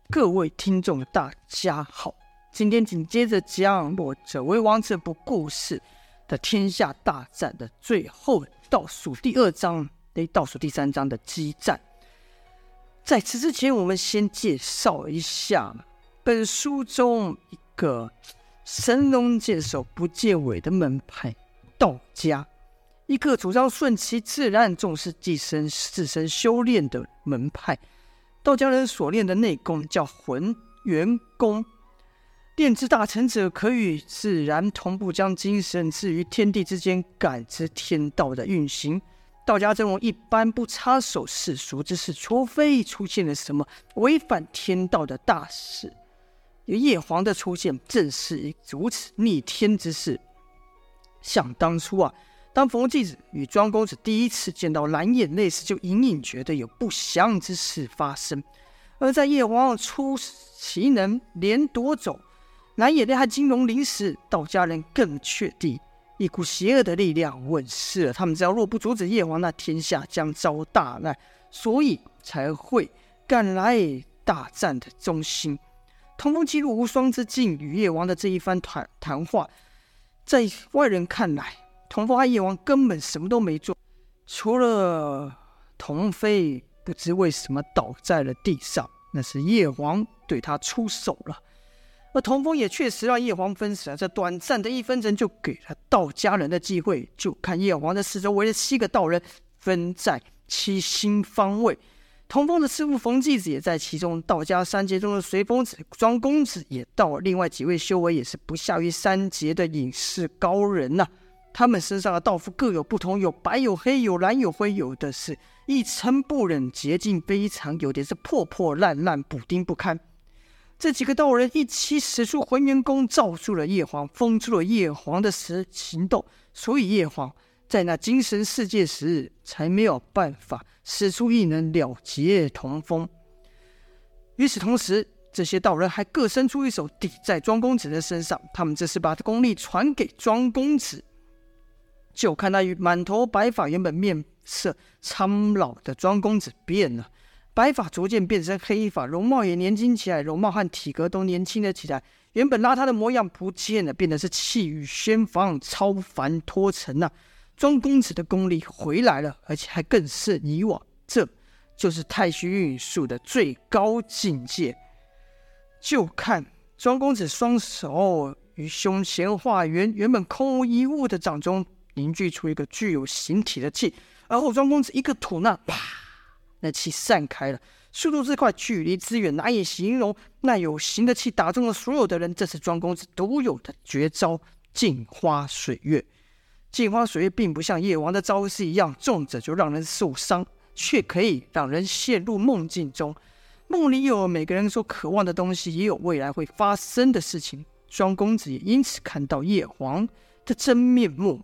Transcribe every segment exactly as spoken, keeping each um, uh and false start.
各位听众大家好，今天紧接着讲《者为王》这部故事的天下大战的最后倒数第二章，倒数第三章的激战。在此之前，我们先介绍一下本书中一个神龙见首不见尾的门派道家，一个主张顺其自然、重视自身自身修炼的门派。道家人所练的内功叫浑元功，练之大成者可与自然同步，将精神置于天地之间，感知天道的运行。道家阵容一般不插手世俗之事，除非出现了什么违反天道的大事。叶皇的出现正是如此逆天之事。想当初啊，当冯继子与庄公子第一次见到蓝眼泪时，就隐隐觉得有不祥之事发生。而在叶皇出奇能连夺走蓝眼泪和金龙鳞时，道家人更确定一股邪恶的力量问世了。他们知道若不阻止叶皇，那天下将遭大难，所以才会赶来大战的中心。童风记录无双之境与叶王的这一番谈谈话，在外人看来，童风和叶王根本什么都没做，除了童飞不知为什么倒在了地上，那是叶王对他出手了。而童风也确实让叶王分神，这短暂的一分神就给了道家人的机会。就看叶王的四周围了七个道人，分在七星方位。童风的师父冯继子也在其中，道家三杰中的随风子、庄公子也到了，另外几位修为也是不下于三杰的隐士高人啊。他们身上的道符各有不同，有白有黑，有蓝有灰，有的是一尘不染洁净非常，有的是破破烂烂补丁不堪。这几个道人一起使出浑元功，罩住了叶皇，封住了叶皇的行动，所以叶皇在那精神世界时才没有办法使出异能了结童风。与此同时，这些道人还各伸出一手抵在庄公子的身上，他们这是把功力传给庄公子。就看那满头白发、原本面色苍老的庄公子变了，白发逐渐变成黑发，容貌也年轻起来，容貌和体格都年轻了起来。原本邋遢的模样不见了，变得是气宇轩昂、超凡脱尘啊！庄公子的功力回来了，而且还更胜以往，这就是太虚运术的最高境界。就看庄公子双手于胸前画圆，原本空无一物的掌中凝聚出一个具有形体的气，而后庄公子一个吐纳，啪，那气散开了，速度之快，距离之远，难以形容。那有形的气打中了所有的人，这是庄公子独有的绝招镜花水月。镜花水月并不像叶王的招式一样重者就让人受伤，却可以让人陷入梦境中。梦里有每个人所渴望的东西，也有未来会发生的事情。庄公子也因此看到叶皇的真面目。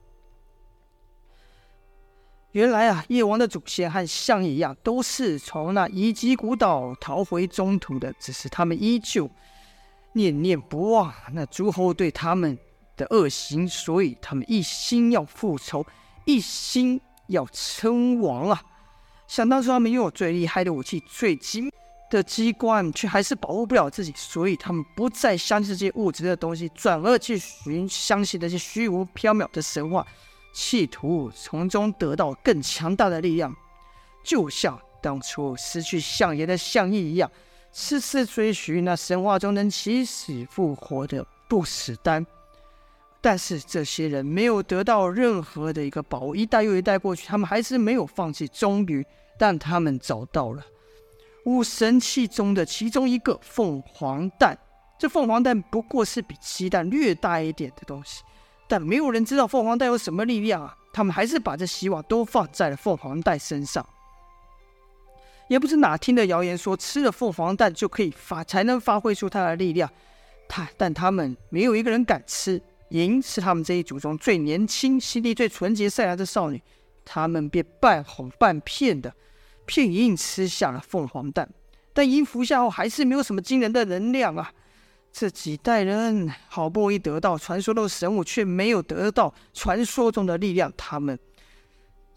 原来啊，叶王的祖先和项羽一样，都是从那遗迹古岛逃回中土的，只是他们依旧念念不忘那诸侯对他们的恶行，所以他们一心要复仇，一心要称王啊！想当初他们拥有最厉害的武器、最精的机关，却还是保护不了自己，所以他们不再相信这些物质的东西，转而去寻相信那些虚无缥缈的神话，企图从中得到更强大的力量。就像当初失去项爷的项羽一样，次次追寻那神话中能起死复活的不死丹。但是这些人没有得到任何的一个宝物，一代又一代过去，他们还是没有放弃。终于，但他们找到了五神器中的其中一个凤凰蛋。这凤凰蛋不过是比鸡蛋略大一点的东西，但没有人知道凤凰蛋有什么力量啊！他们还是把这希望都放在了凤凰蛋身上。也不知哪听的谣言说，吃了凤凰蛋就可以发才能发挥出它的力量，他但他们没有一个人敢吃。莹是他们这一族中最年轻、心地最纯洁善良的少女，他们便半哄半骗的骗莹吃下了凤凰蛋。但莹服下后还是没有什么惊人的能量啊！这几代人好不容易得到传说中的神物，却没有得到传说中的力量，他们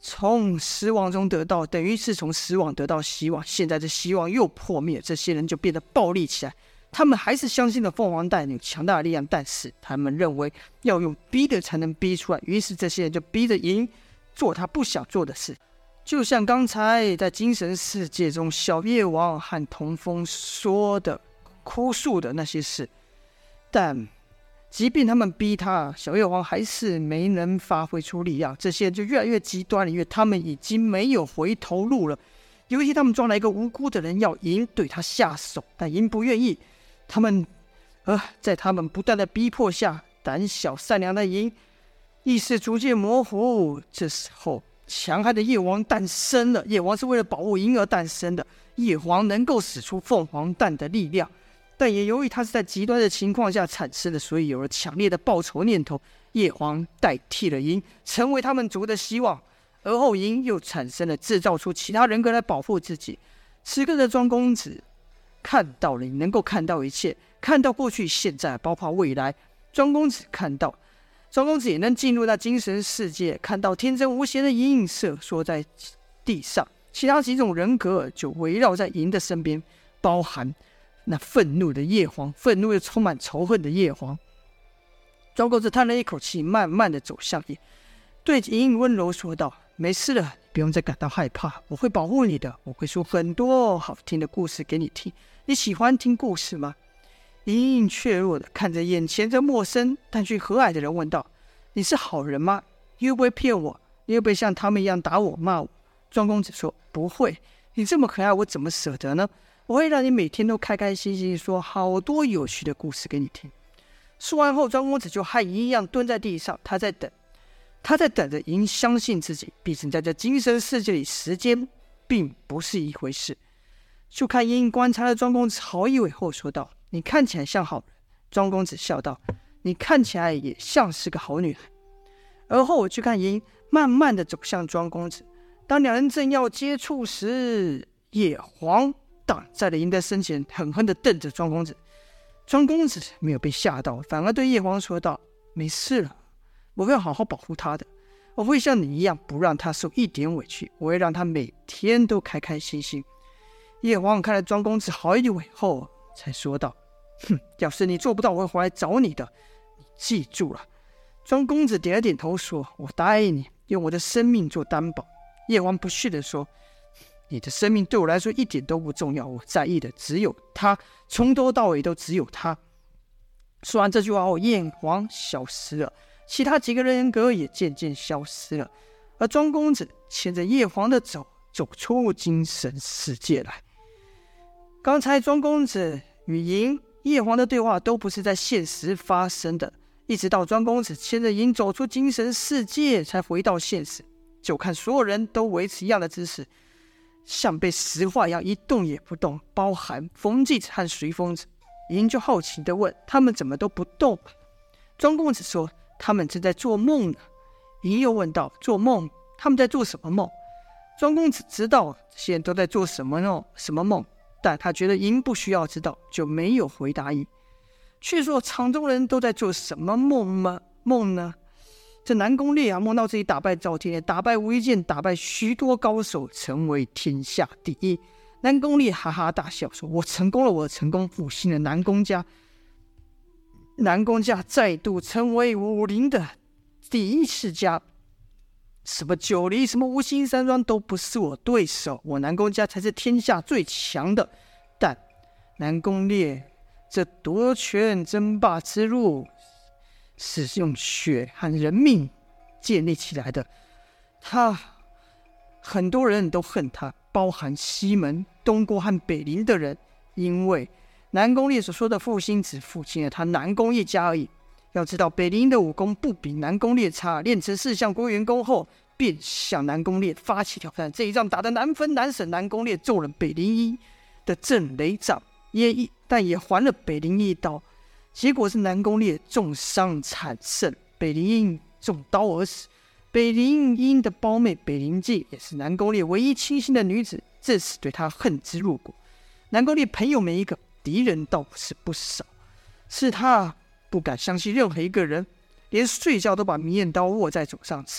从失望中得到，等于是从失望得到希望。现在这希望又破灭，这些人就变得暴力起来。他们还是相信了凤凰蛋有强大的力量，但是他们认为要用逼的才能逼出来，于是这些人就逼着银做他不想做的事。就像刚才在精神世界中小夜王和童风说的哭诉的那些事，但即便他们逼他，小夜王还是没能发挥出力量。这些人就越来越极端了，因为他们已经没有回头路了。有一天他们抓来一个无辜的人要银对他下手，但银不愿意。他们呃，在他们不断的逼迫下，胆小善良的银意识逐渐模糊。这时候强悍的夜王诞生了。夜王是为了保护银而诞生的，夜王能够使出凤凰蛋的力量，但也由于他是在极端的情况下产生的，所以有了强烈的报仇念头。夜王代替了银，成为他们族的希望。而后银又产生了制造出其他人格来保护自己。此刻的庄公子看到了，你能够看到一切，看到过去、现在，包括未来。庄公子看到，庄公子也能进入那精神世界，看到天真无邪的银射缩在地上，其他几种人格就围绕在银的身边，包含那愤怒的夜皇，愤怒又充满仇恨的夜皇。庄公子叹了一口气，慢慢的走向银，对银温柔说道：“没事了，不用再感到害怕，我会保护你的，我会说很多好听的故事给你听。你喜欢听故事吗？”隐隐怯弱的看着眼前这陌生但却和蔼的人问道：“你是好人吗？你会不会骗我？你会不会像他们一样打我骂我？”庄公子说：“不会，你这么可爱，我怎么舍得呢？我会让你每天都开开心心说好多有趣的故事给你听。”说完后，庄公子就和银一样蹲在地上，他在等他在等着银相信自己，毕竟在这精神世界里，时间并不是一回事。就看银观察了庄公子好一会后说道：“你看起来像好人。”庄公子笑道：“你看起来也像是个好女孩。”而后我去看银慢慢的走向庄公子，当两人正要接触时，夜皇挡在了银的身前，狠狠的瞪着庄公子。庄公子没有被吓到，反而对夜皇说道：“没事了，我会好好保护他的，我会像你一样不让他受一点委屈，我会让他每天都开开心心。”夜皇看了庄公子好一会后才说道：“哼，要是你做不到，我会回来找你的，你记住了。”庄公子点了点头说：“我答应你，用我的生命做担保。”夜皇不屑地说：“你的生命对我来说一点都不重要，我在意的只有他，从头到尾都只有他。”说完这句话后，夜皇消失了，其他几个人格也渐渐消失了，而庄公子牵着夜皇的手走出精神世界来。刚才庄公子与银、夜皇的对话都不是在现实发生的，一直到庄公子牵着银走出精神世界才回到现实。就看所有人都维持一样的姿势，像被石化一样一动也不动，包含冯继子和随风子。银就好奇地问：“他们怎么都不动？”庄公子说：“他们正在做梦呢。”银又问道：“做梦？他们在做什么梦？”庄公子知道这些人都在做什么呢？什么梦？但他觉得银不需要知道，就没有回答银。却说场中人都在做什么梦吗？梦呢？这南宫烈啊，梦到自己打败赵天烈，打败吴一剑，打败许多高手，成为天下第一。南宫烈哈哈大笑说：“我成功了，我成功复兴了南宫家，南宫家再度成为武林的第一世家。什么九黎，什么无心山庄都不是我对手，我南宫家才是天下最强的。”但南宫烈这夺权争霸之路是用血和人命建立起来的，他很多人都恨他，包含西门、东郭和北陵的人，因为南宫烈所说的复兴只复兴了他南宫一家而已。要知道北陵的武功不比南宫烈差，练成四项归元功后便向南宫烈发起挑战，这一仗打得难分难舍，南宫烈中了北陵一的震雷掌，也但也还了北陵一刀，结果是南宫烈重伤惨胜，北陵英中刀而死。北陵英的胞妹北陵记也是南宫烈唯一倾心的女子，这时对他恨之入骨。南宫烈朋友每一个，敌人倒是不少，是他不敢相信任何一个人，连睡觉都把明艳刀握在手上刺，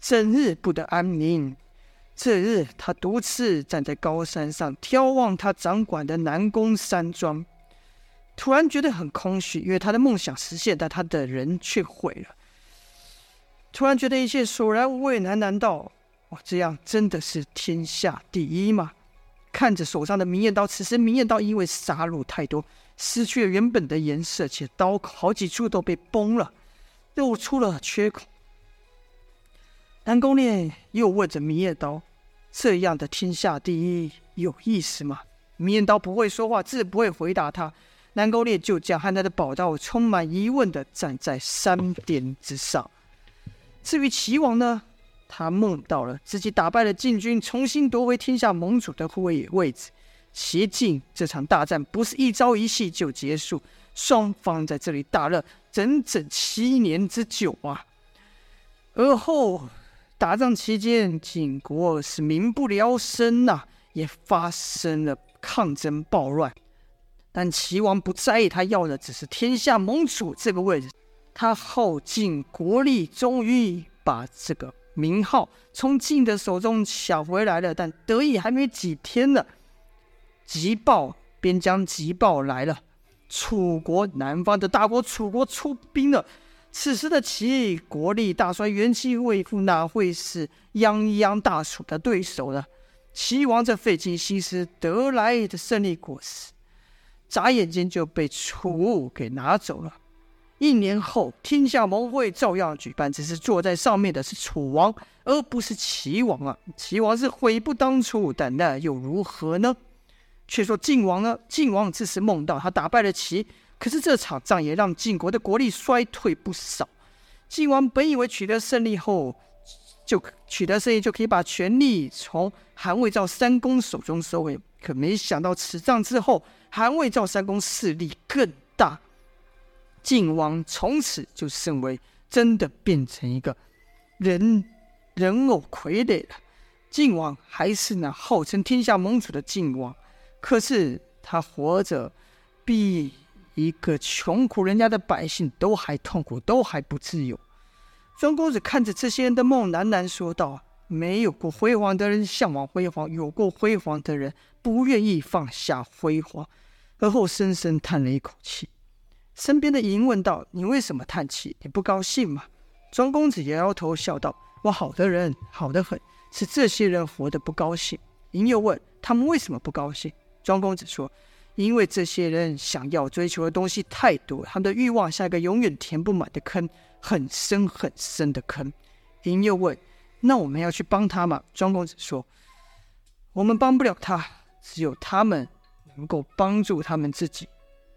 整日不得安宁。这日，他独自站在高山上，眺望他掌管的南宫山庄，突然觉得很空虚，因为他的梦想实现，但他的人却毁了。突然觉得一切索然无味，难难道哇，这样真的是天下第一吗？看着手上的明艳刀，此时明艳刀因为杀戮太多，失去了原本的颜色，且刀口好几处都被崩了，露出了缺口。南宫烈又问着明艳刀：“这样的天下第一有意思吗？”明艳刀不会说话，自不会回答他。南宫烈就这样和他的宝刀充满疑问的站在山巅之上。至于齐王呢，他梦到了自己打败了晋军，重新夺回天下盟主的位位置。齐晋这场大战不是一朝一夕就结束，双方在这里打了整整七年之久啊。而后打仗期间，晋国是民不聊生啊，也发生了抗争暴乱。但齐王不在意，他要的只是天下盟主这个位置。他耗尽国力，终于把这个名号从晋的手中抢回来了。但得意还没几天了，急报边疆急报来了，楚国南方的大国楚国出兵了。此时的齐国力大衰，元气未复，哪会是泱泱大楚的对手呢？齐王这费尽心思得来的胜利果实，眨眼间就被楚给拿走了。一年后，天下盟会照样举办，只是坐在上面的是楚王，而不是齐王啊。齐王是悔不当初，但那又如何呢？却说晋王呢？晋王这时梦到他打败了齐，可是这场仗也让晋国的国力衰退不少。晋王本以为取得胜利后，就取得胜利就可以把权力从韩魏赵三公手中收回，可没想到此仗之后，韩魏赵三公势力更大。晋王从此就认为真的变成一个人人偶傀儡了。晋王还是那号称天下盟主的晋王，可是他活着比一个穷苦人家的百姓都还痛苦，都还不自由。庄公子看着这些人的梦，喃喃说道：没有过辉煌的人向往辉煌，有过辉煌的人不愿意放下辉煌。而后深深叹了一口气。身边的嬴问道：你为什么叹气？你不高兴吗？庄公子摇摇头笑道：我好的人好得很，是这些人活得不高兴。嬴又问：他们为什么不高兴？庄公子说：因为这些人想要追求的东西太多，他们的欲望像一个永远填不满的坑，很深很深的坑。嬴又问：那我们要去帮他吗？庄公子说：我们帮不了他，只有他们能够帮助他们自己。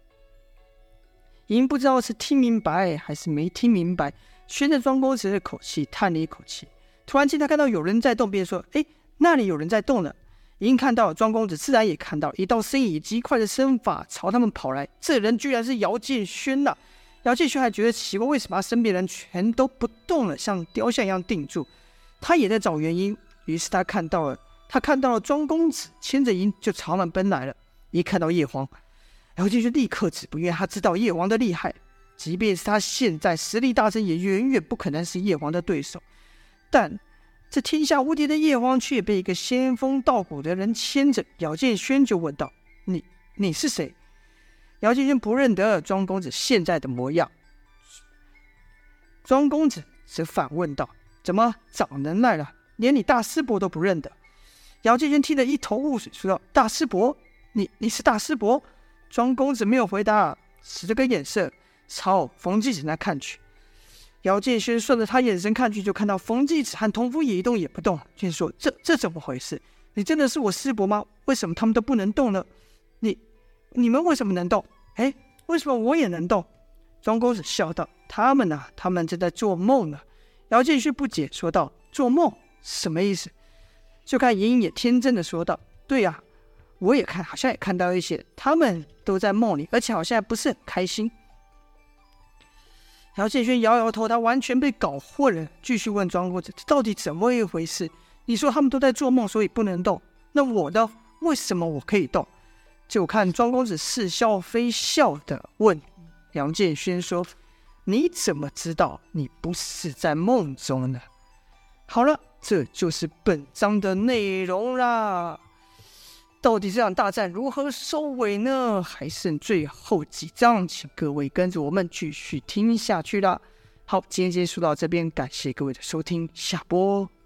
嬴不知道是听明白还是没听明白，循着庄公子的口气叹了一口气。突然间他看到有人在动，便说：哎，那里有人在动了。嬴看到，庄公子自然也看到，一道身影以极快的身法朝他们跑来。这人居然是姚建轩啊！姚建轩还觉得奇怪，为什么他身边人全都不动了，像雕像一样定住？他也在找原因，于是他看到了，他看到了庄公子牵着嬴就朝他们奔来了。一看到叶皇，姚建轩立刻止步，因为他知道叶王的厉害，即便是他现在实力大增，也远远不可能是叶王的对手。但这天下无敌的叶王却被一个仙风道骨的人牵着。姚建轩就问道：你你是谁？姚建轩不认得庄公子现在的模样。庄公子则反问道：怎么长能耐了，连你大师伯都不认得？姚建轩听得一头雾水，说道：大师伯？你你是大师伯？庄公子没有回答，使了个眼色朝冯继子那看去。姚建轩顺着他眼神看去，就看到冯继子和童夫也一动也不动，便说：这这怎么回事？你真的是我师伯吗？为什么他们都不能动呢？你你们为什么能动？哎，为什么我也能动？庄公子笑道：他们啊，他们正在做梦呢。姚建轩不解说道：做梦什么意思？就看莹莹也天真的说道：对呀、啊，我也看，好像也看到一些，他们都在梦里，而且好像不是很开心。姚建轩摇摇头，他完全被搞混了，继续问庄公子：这到底怎么一回事？你说他们都在做梦，所以不能动，那我呢？为什么我可以动？就看庄公子似笑非笑的问姚建轩说：你怎么知道你不是在梦中呢？ 好了，这就是本章的内容啦。到底这场大战如何收尾呢？还剩最后几章，请各位跟着我们继续听下去啦。好，今天就说到这边，感谢各位的收听，下播。